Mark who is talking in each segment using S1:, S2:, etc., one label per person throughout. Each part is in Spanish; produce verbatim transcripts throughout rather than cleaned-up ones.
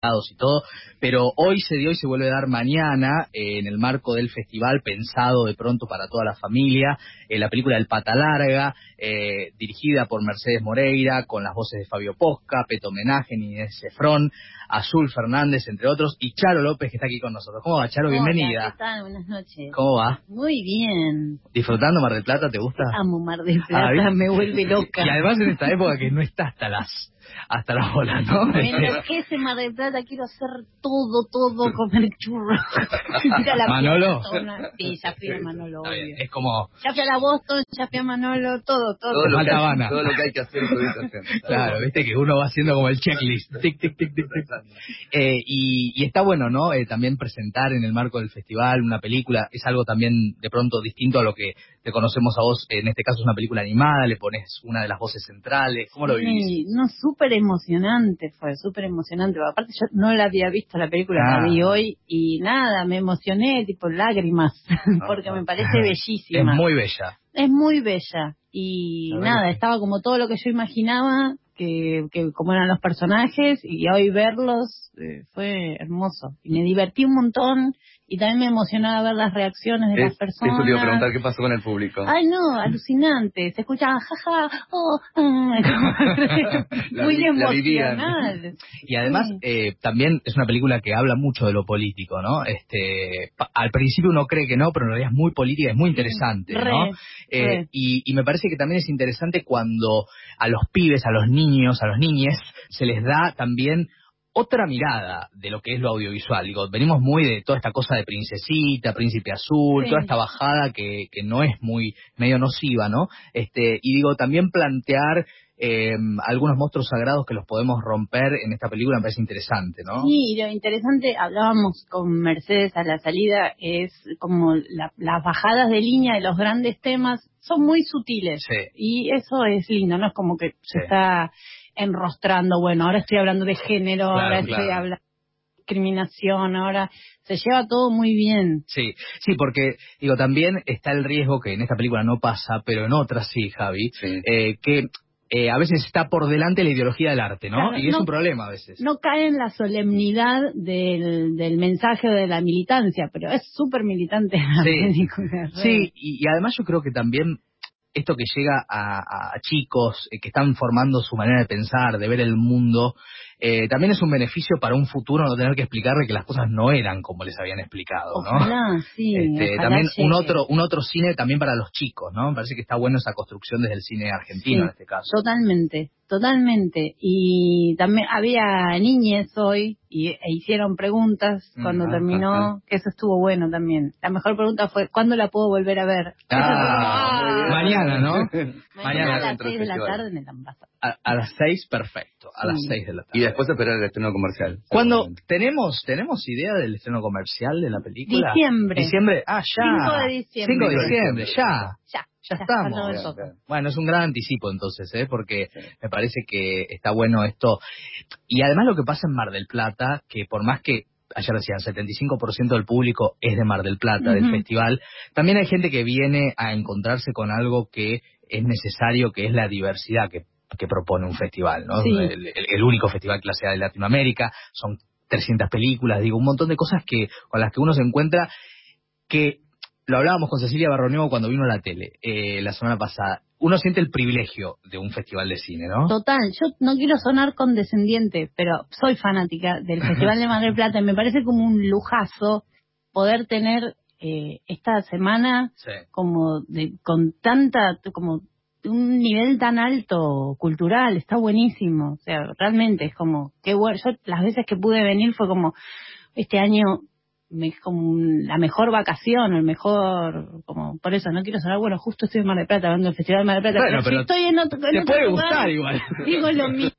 S1: y todo, pero hoy se dio y se vuelve a dar mañana, eh, en el marco del festival, pensado de pronto para toda la familia, eh, la película El Pata Larga, eh, dirigida por Mercedes Moreira, con las voces de Fabio Posca, Peto Homenaje, Inés Cefrón, Azul Fernández, entre otros, y Charo López, que está aquí con nosotros. ¿Cómo va, Charo?
S2: Hola,
S1: Bienvenida.
S2: ¿qué tal? Buenas noches.
S1: ¿Cómo va?
S2: Muy bien.
S1: ¿Disfrutando Mar del Plata? ¿Te gusta?
S2: Amo Mar del Plata,
S1: ah,
S2: me vuelve loca.
S1: Y además en esta época que no está hasta las hasta las bolas, ¿no?
S2: Me enloquece Mar del Plata, quiero hacer todo, todo, comer churros. Ir a la
S1: ¿Manolo?
S2: Piazza, sí, ya fui a Manolo,
S1: Está bien.
S2: obvio.
S1: Es como...
S2: Ya fui a la Boston, ya fui a Manolo, todo, todo.
S3: Todo, lo
S1: falta
S3: que, hay,
S1: Habana.
S3: todo lo que hay que hacer.
S1: Claro, viste que uno va haciendo como el checklist. Tic, tic, tic, tic, tic. Eh, y, y está bueno, ¿no? Eh, también presentar en el marco del festival una película. Es algo también de pronto distinto a lo que te conocemos a vos. En este caso es una película animada, le pones una de las voces centrales. ¿Cómo lo vivís?
S2: Sí, no, súper emocionante fue, súper emocionante. Aparte yo no la había visto la película,
S1: Ah.
S2: la vi hoy y nada, me emocioné, tipo lágrimas, porque
S1: Ah,
S2: me parece bellísima.
S1: Es muy bella.
S2: Es muy bella y
S1: La
S2: nada,
S1: verdad.
S2: estaba como todo lo que yo imaginaba, que, que como eran los personajes, y hoy verlos eh, fue hermoso. Y me divertí un montón y también me emocionaba ver las reacciones de
S3: Es,
S2: las personas.
S3: eso te iba a preguntar, ¿qué pasó con el público?
S2: Ay, no, alucinante. Se escuchaba jaja, oh, mm,
S3: La
S2: muy
S3: vi- la vivían.
S2: emocional.
S1: Y además,
S2: Sí.
S1: eh, también es una película que habla mucho de lo político, ¿no? Este, pa- al principio uno cree que no, pero en realidad es muy política, es muy interesante,
S2: Re,
S1: ¿no? Eh,
S2: re.
S1: y, y me parece que también es interesante cuando a los pibes, a los niños, a los niñes, se les da también otra mirada de lo que es lo audiovisual. Digo, venimos muy de toda esta cosa de princesita, príncipe azul,
S2: Sí.
S1: toda esta bajada que, que no es muy, medio nociva, ¿no? Este, y digo, también plantear eh, algunos monstruos sagrados que los podemos romper en esta película me parece interesante, ¿no?
S2: Sí, y lo interesante, hablábamos con Mercedes a la salida, es como la- las bajadas de línea de los grandes temas son muy sutiles.
S1: Sí.
S2: Y eso es lindo, no es como que se
S1: Sí.
S2: está enrostrando, bueno, ahora estoy hablando de género,
S1: Claro,
S2: ahora estoy
S1: claro.
S2: hablando de discriminación, ahora se lleva todo muy bien.
S1: Sí, sí, porque digo, también está el riesgo que en esta película no pasa, pero en otras sí, Javi,
S3: Sí.
S1: eh, que eh, a veces está por delante la ideología del arte, ¿no?
S2: Claro,
S1: Y es
S2: no-
S1: un problema a veces.
S2: No cae en la solemnidad del, del mensaje o de la militancia, pero es súper militante la
S1: Sí.
S2: película. re.
S1: Sí, y, y además yo creo que también esto que llega a, a chicos eh, que están formando su manera de pensar, de ver el mundo, eh, también es un beneficio para un futuro no tener que explicarle que las cosas no eran como les habían explicado, ¿no?
S2: Ojalá, sí,
S1: Este,
S2: ojalá
S1: también un
S2: llegue.
S1: otro un otro cine también para los chicos, ¿no? Me parece que está bueno esa construcción desde el cine argentino
S2: Sí,
S1: en este caso.
S2: totalmente, totalmente. Y también había niñes hoy y, e hicieron preguntas cuando
S1: Ajá,
S2: terminó,
S3: ajá.
S2: que eso estuvo bueno también. La mejor pregunta fue, ¿cuándo la puedo volver a ver?
S1: Ah,
S2: Eso fue como,
S3: muy bien.
S1: mañana, ¿no?
S2: Mañana,
S1: Mañana
S2: a las
S3: dentro del
S2: seis de la
S3: festival.
S2: tarde en el Ambassador.
S1: A, a las seis, perfecto, a
S2: Sí.
S1: las seis de la tarde.
S3: Y después esperar el estreno comercial.
S1: ¿Cuándo
S3: seguramente.
S1: tenemos tenemos idea del estreno comercial de la película?
S2: Diciembre.
S1: Diciembre, ah, ya.
S2: cinco de diciembre.
S1: cinco de diciembre, ya.
S2: Ya,
S1: Ya estamos.
S2: falta muy
S3: Bien,
S2: poco.
S3: bien.
S1: Bueno, es un gran anticipo entonces, ¿eh? Porque
S3: Sí.
S1: me parece que está bueno esto. Y además lo que pasa en Mar del Plata, que por más que ayer decían setenta y cinco por ciento del público es de Mar del Plata, del
S2: Ujú.
S1: festival, también hay gente que viene a encontrarse con algo que es necesario, que es la diversidad que, que propone un festival, ¿no?
S2: Sí.
S1: El, el- el único festival clase A de Latinoamérica, son trescientas películas, digo, un montón de cosas que con las que uno se encuentra que lo hablábamos con Cecilia Barronuevo cuando vino a la tele eh, la semana pasada. Uno siente el privilegio de un festival de cine, ¿no?
S2: Total, yo no quiero sonar condescendiente, pero soy fanática del Festival de Mar del Plata y me parece como un lujazo poder tener eh, esta semana
S1: Sí.
S2: como de, con tanta, como un nivel tan alto cultural, está buenísimo, o sea, realmente es como, qué bueno, yo las veces que pude venir fue como, este año me, es como un- la mejor vacación, el mejor, como, por eso no quiero sonar, bueno, justo estoy en Mar del Plata, hablando del Festival de Mar del Plata,
S1: Bueno,
S2: pero,
S1: pero
S2: si estoy en otro, en
S1: Te
S2: otro
S1: puede
S2: lugar,
S1: gustar igual.
S2: digo lo mismo.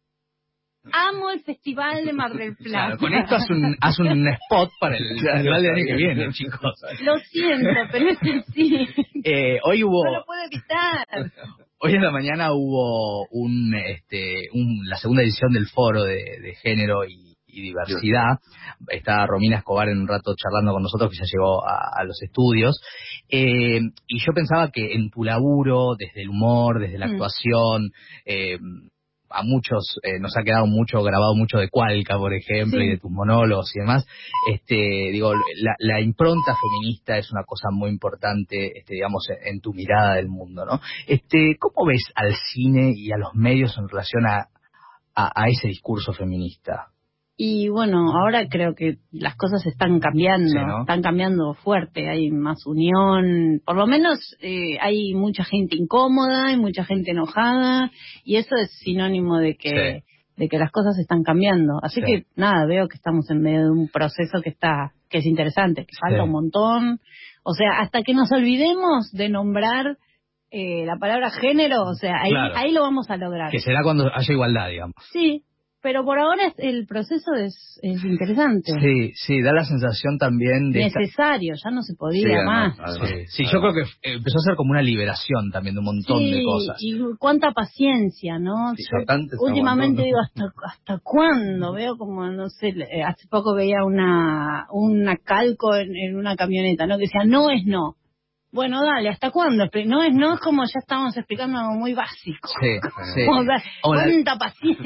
S2: Amo el Festival de Mar del Plata.
S1: Claro, con esto haz un, haz un spot para el
S3: Claro,
S1: festival del año
S3: está
S1: que
S3: bien.
S1: viene, chicos.
S2: Lo siento, pero es así.
S1: Eh, hoy hubo...
S2: No lo puedo evitar.
S1: Hoy en la mañana hubo un, este, un, la segunda edición del foro de, de género y, y diversidad. Está Romina Escobar en un rato charlando con nosotros, que ya llegó a, a los estudios. Eh, y yo pensaba que en tu laburo, desde el humor, desde la
S2: Mm.
S1: actuación, eh, a muchos eh, nos ha quedado mucho grabado, mucho de Cualca, por ejemplo,
S2: Sí.
S1: y de tus monólogos y demás. Este, digo, la, la impronta feminista es una cosa muy importante, este, digamos, en, en tu mirada del mundo, ¿no? Este, ¿cómo ves al cine y a los medios en relación a, a, a ese discurso feminista?
S2: Y bueno, ahora creo que las cosas están cambiando,
S1: Sí, ¿no?
S2: están cambiando fuerte, hay más unión, por lo menos eh, hay mucha gente incómoda, hay mucha gente enojada, y eso es sinónimo de que
S1: Sí.
S2: de que las cosas están cambiando. Así
S1: Sí.
S2: que nada, veo que estamos en medio de un proceso que está que es interesante, que falta
S1: Sí.
S2: un montón. O sea, hasta que nos olvidemos de nombrar eh, la palabra género, o sea, ahí
S1: Claro.
S2: ahí lo vamos a lograr.
S1: Que será cuando haya igualdad, digamos.
S2: Sí, pero por ahora es- el proceso es, es interesante.
S1: Sí, sí, da la sensación también de esta...
S2: Necesario, ya no se podía
S3: Sí, además,
S2: más.
S3: además.
S1: Sí, sí, yo creo que eh, empezó a ser como una liberación también de un montón
S2: Sí,
S1: de cosas.
S2: y cuánta paciencia, ¿no?
S3: Sí,
S2: Yo
S3: bastante se
S2: últimamente
S3: aguantó.
S2: digo, ¿hasta, ¿hasta cuándo? Veo como, no sé, eh, hace poco veía una una calco en, en una camioneta, ¿no? Que decía, no es no. Bueno, dale, ¿hasta cuándo? Expli- No es no, es como ya estamos explicando algo muy básico.
S1: Sí, sí.
S2: O sea,
S1: O la,
S2: cuánta paciencia.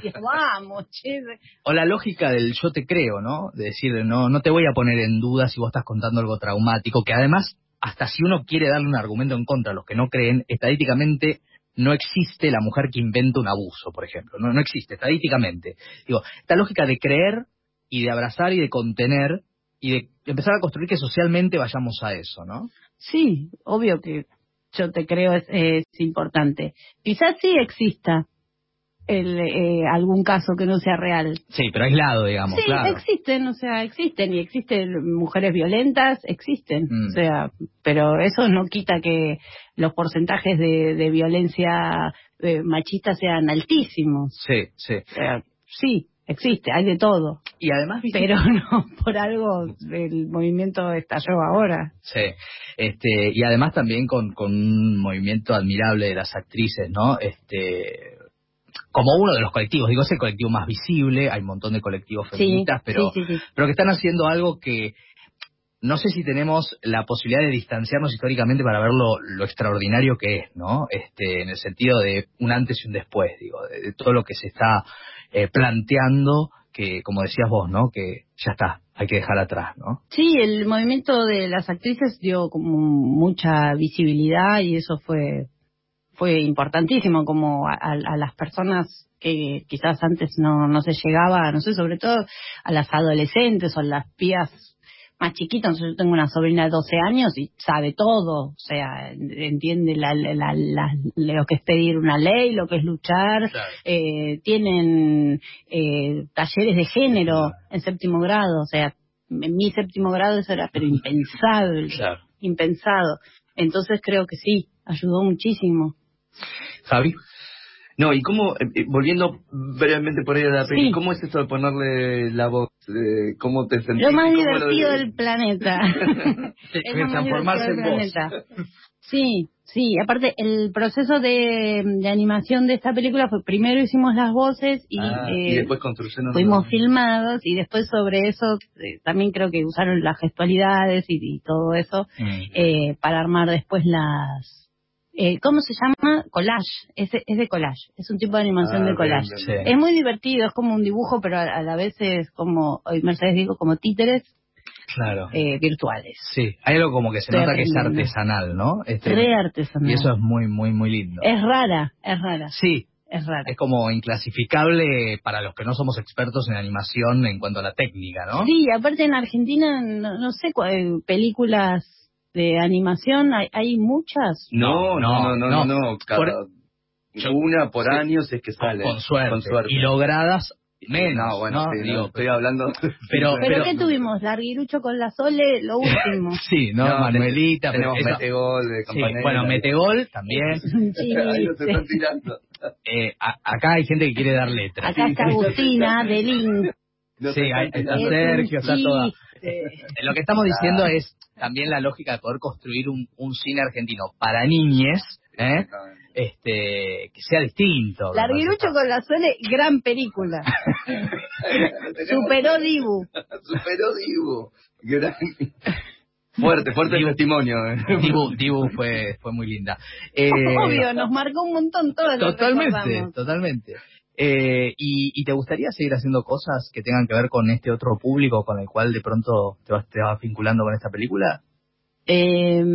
S2: Vamos, che.
S1: o la lógica del yo te creo, ¿no? De decir, no, no te voy a poner en duda si vos estás contando algo traumático, que además, hasta si uno quiere darle un argumento en contra a los que no creen, estadísticamente no existe la mujer que inventa un abuso, por ejemplo. No, no existe, estadísticamente. Digo, esta lógica de creer y de abrazar y de contener y de empezar a construir que socialmente vayamos a eso, ¿no?
S2: Sí, obvio que yo te creo es, es importante. Quizás sí exista el, eh, algún caso que no sea real.
S1: Sí, pero aislado, digamos,
S2: Sí,
S1: claro.
S2: existen, o sea, existen y existen mujeres violentas, existen,
S1: Mm.
S2: o sea, pero eso no quita que los porcentajes de, de violencia eh, machista sean altísimos.
S1: Sí, sí.
S2: O sea, sí, existe, hay de todo,
S1: Y además, ¿viste?
S2: pero no por algo el movimiento estalló ahora.
S1: Sí, este, y además también con, con un movimiento admirable de las actrices, ¿no? Este, como uno de los colectivos, digo, es el colectivo más visible, hay un montón de colectivos feministas,
S2: Sí,
S1: pero,
S2: sí, sí, sí.
S1: pero que están haciendo algo que no sé si tenemos la posibilidad de distanciarnos históricamente para ver lo, lo extraordinario que es, ¿no? Este, en el sentido de un antes y un después, digo, de, de todo lo que se está eh, planteando, que como decías vos, ¿no? Que ya está, hay que dejar atrás, ¿no?
S2: Sí, el movimiento de las actrices dio como mucha visibilidad y eso fue fue importantísimo, como a, a, a las personas que quizás antes no, no se llegaba, no sé, sobre todo a las adolescentes o a las pías más chiquitas. Yo tengo una sobrina de doce años y sabe todo, o sea, entiende la, la, la, la, lo que es pedir una ley, lo que es luchar.
S1: Claro.
S2: Eh, tienen eh, talleres de género
S1: Claro.
S2: en séptimo grado, o sea, en mi séptimo grado eso era pero impensable,
S1: Claro.
S2: impensado. Entonces creo que sí, ayudó muchísimo.
S1: Javi.
S3: No, y cómo, eh, eh, volviendo brevemente por ahí a la peli,
S2: Sí.
S3: ¿cómo es esto de ponerle la voz? Eh, ¿Cómo te sentís?
S2: Lo más
S3: ¿Cómo lo
S2: divertido
S3: de-
S2: del planeta. Es lo más
S1: transformarse
S2: divertido
S1: en
S2: del
S1: vos.
S2: planeta. Sí, sí. Aparte, el proceso de, de animación de esta película fue primero hicimos las voces y,
S3: Ah,
S2: eh,
S3: y después construyeron...
S2: fuimos filmados y después sobre eso eh, también creo que usaron las gestualidades y, y todo eso
S1: Mm.
S2: eh, para armar después las... Eh, ¿Cómo se llama? Collage. Es, es de collage. Es un tipo de animación
S3: Ah,
S2: de
S3: bien,
S2: collage.
S3: bien,
S1: Sí.
S3: bien.
S2: Es muy divertido, es como un dibujo, pero a, a la vez es como, hoy Mercedes digo, como títeres
S1: Claro.
S2: eh, virtuales.
S1: Sí, hay algo como que se
S2: Estoy
S1: nota que es
S2: aprendiendo.
S1: artesanal, ¿no? Este,
S2: Re artesanal.
S1: y eso es muy, muy, muy lindo.
S2: Es rara, es rara,
S1: Sí,
S2: es rara.
S1: es como inclasificable para los que no somos expertos en animación en cuanto a la técnica, ¿no?
S2: Sí, aparte en Argentina, no, no sé, cuál- películas de animación, hay, hay muchas.
S3: No, no, no, no, no, no. Cada
S1: Por-
S3: una por
S1: Sí.
S3: año si es que
S1: Con,
S3: sale.
S1: con suerte.
S3: Con suerte.
S1: Y logradas menos,
S3: No, bueno,
S1: ¿no?
S3: sí,
S1: Digo,
S3: no, estoy hablando...
S1: pero-
S2: ¿Pero qué tuvimos? Larguirucho con la Sole, lo último.
S1: sí, ¿no?
S3: No,
S1: Manuelita, pero
S3: tenemos
S1: eso-
S3: Metegol de
S1: sí,
S3: Campanella.
S1: bueno, Metegol también.
S2: Es un chiste.
S3: Ahí nos están tirando.
S1: Eh, a- acá hay gente que quiere dar letras.
S2: Acá está Agustina, de Link.
S3: Nos
S1: Sí,
S3: están
S1: ahí está
S3: tirando.
S1: Sergio, está toda.
S2: chiste.
S1: Eh, Lo que estamos diciendo es también la lógica de poder construir un, un cine argentino para niñes, ¿eh? este, que sea distinto.
S2: Larguirucho con la Sole, gran película. Superó Dibu.
S3: Superó Dibu. Gran... Fuerte, fuerte
S1: Dibu-
S3: testimonio. eh.
S1: Dibu, Dibu fue, fue muy linda. Eh,
S2: Obvio, nos marcó un montón todo.
S1: Totalmente, totalmente. Eh, y, ¿Y te gustaría seguir haciendo cosas que tengan que ver con este otro público con el cual de pronto te vas, te vas vinculando con esta película?
S2: Eh,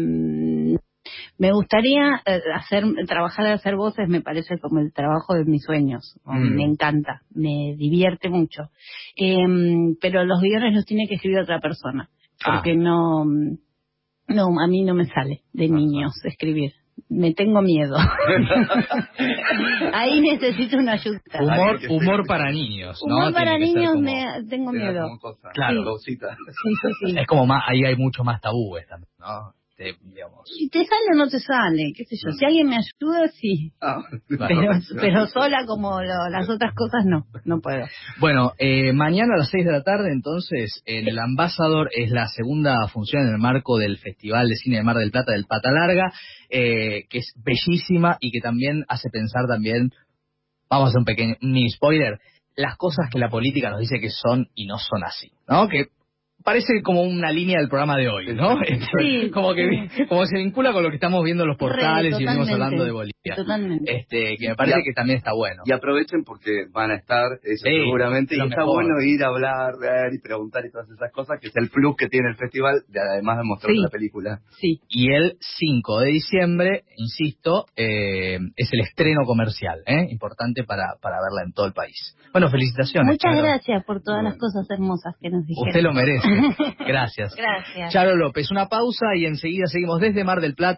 S2: me gustaría eh, hacer trabajar de hacer voces, me parece como el trabajo de mis sueños. Mm. Me encanta, me divierte mucho. Eh, pero los guiones los tiene que escribir otra persona, porque ah. no, no, a mí no me sale de niños ah. escribir. Me tengo miedo. Ahí necesito una ayuda.
S1: Humor, humor para niños, ¿no?
S2: Humor para niños
S1: como,
S2: me tengo miedo.
S1: Claro,
S2: sí. Sí, sí, sí.
S1: Es como más, ahí hay mucho más tabúes también, ¿no? Te, digamos.
S2: Si te sale o no te sale, qué sé yo. Si alguien me ayuda, sí. Ah, pero, pero sola como lo, las otras cosas, no, no puedo.
S1: Bueno, eh, mañana a las seis de la tarde, entonces, en el Ambassador es la segunda función en el marco del Festival de Cine de Mar del Plata del Pata Larga, eh, que es bellísima y que también hace pensar también, vamos a hacer un pequeño mini spoiler, las cosas que la política nos dice que son y no son así, ¿no? Que parece como una línea del programa de hoy, ¿no?
S2: Sí,
S1: como que
S2: sí.
S1: como se vincula con lo que estamos viendo en los portales Re, y venimos hablando de Bolivia.
S2: Totalmente.
S1: Este, que me parece a, que también está bueno.
S3: Y aprovechen porque van a estar, eso sí, seguramente, y está mejor. Bueno ir a hablar, ver y preguntar y todas esas cosas, que es el plus que tiene el festival, de, además de mostrar sí. la película.
S2: Sí.
S1: Y el cinco de diciembre, insisto, eh, es el estreno comercial, ¿eh? Importante para, para verla en todo el país. Bueno, felicitaciones.
S2: Muchas
S1: Charo.
S2: gracias por todas bueno. las cosas hermosas que nos dijeron.
S1: Usted lo merece. Gracias.
S2: Gracias.
S1: Charo López, una pausa y enseguida seguimos desde Mar del Plata.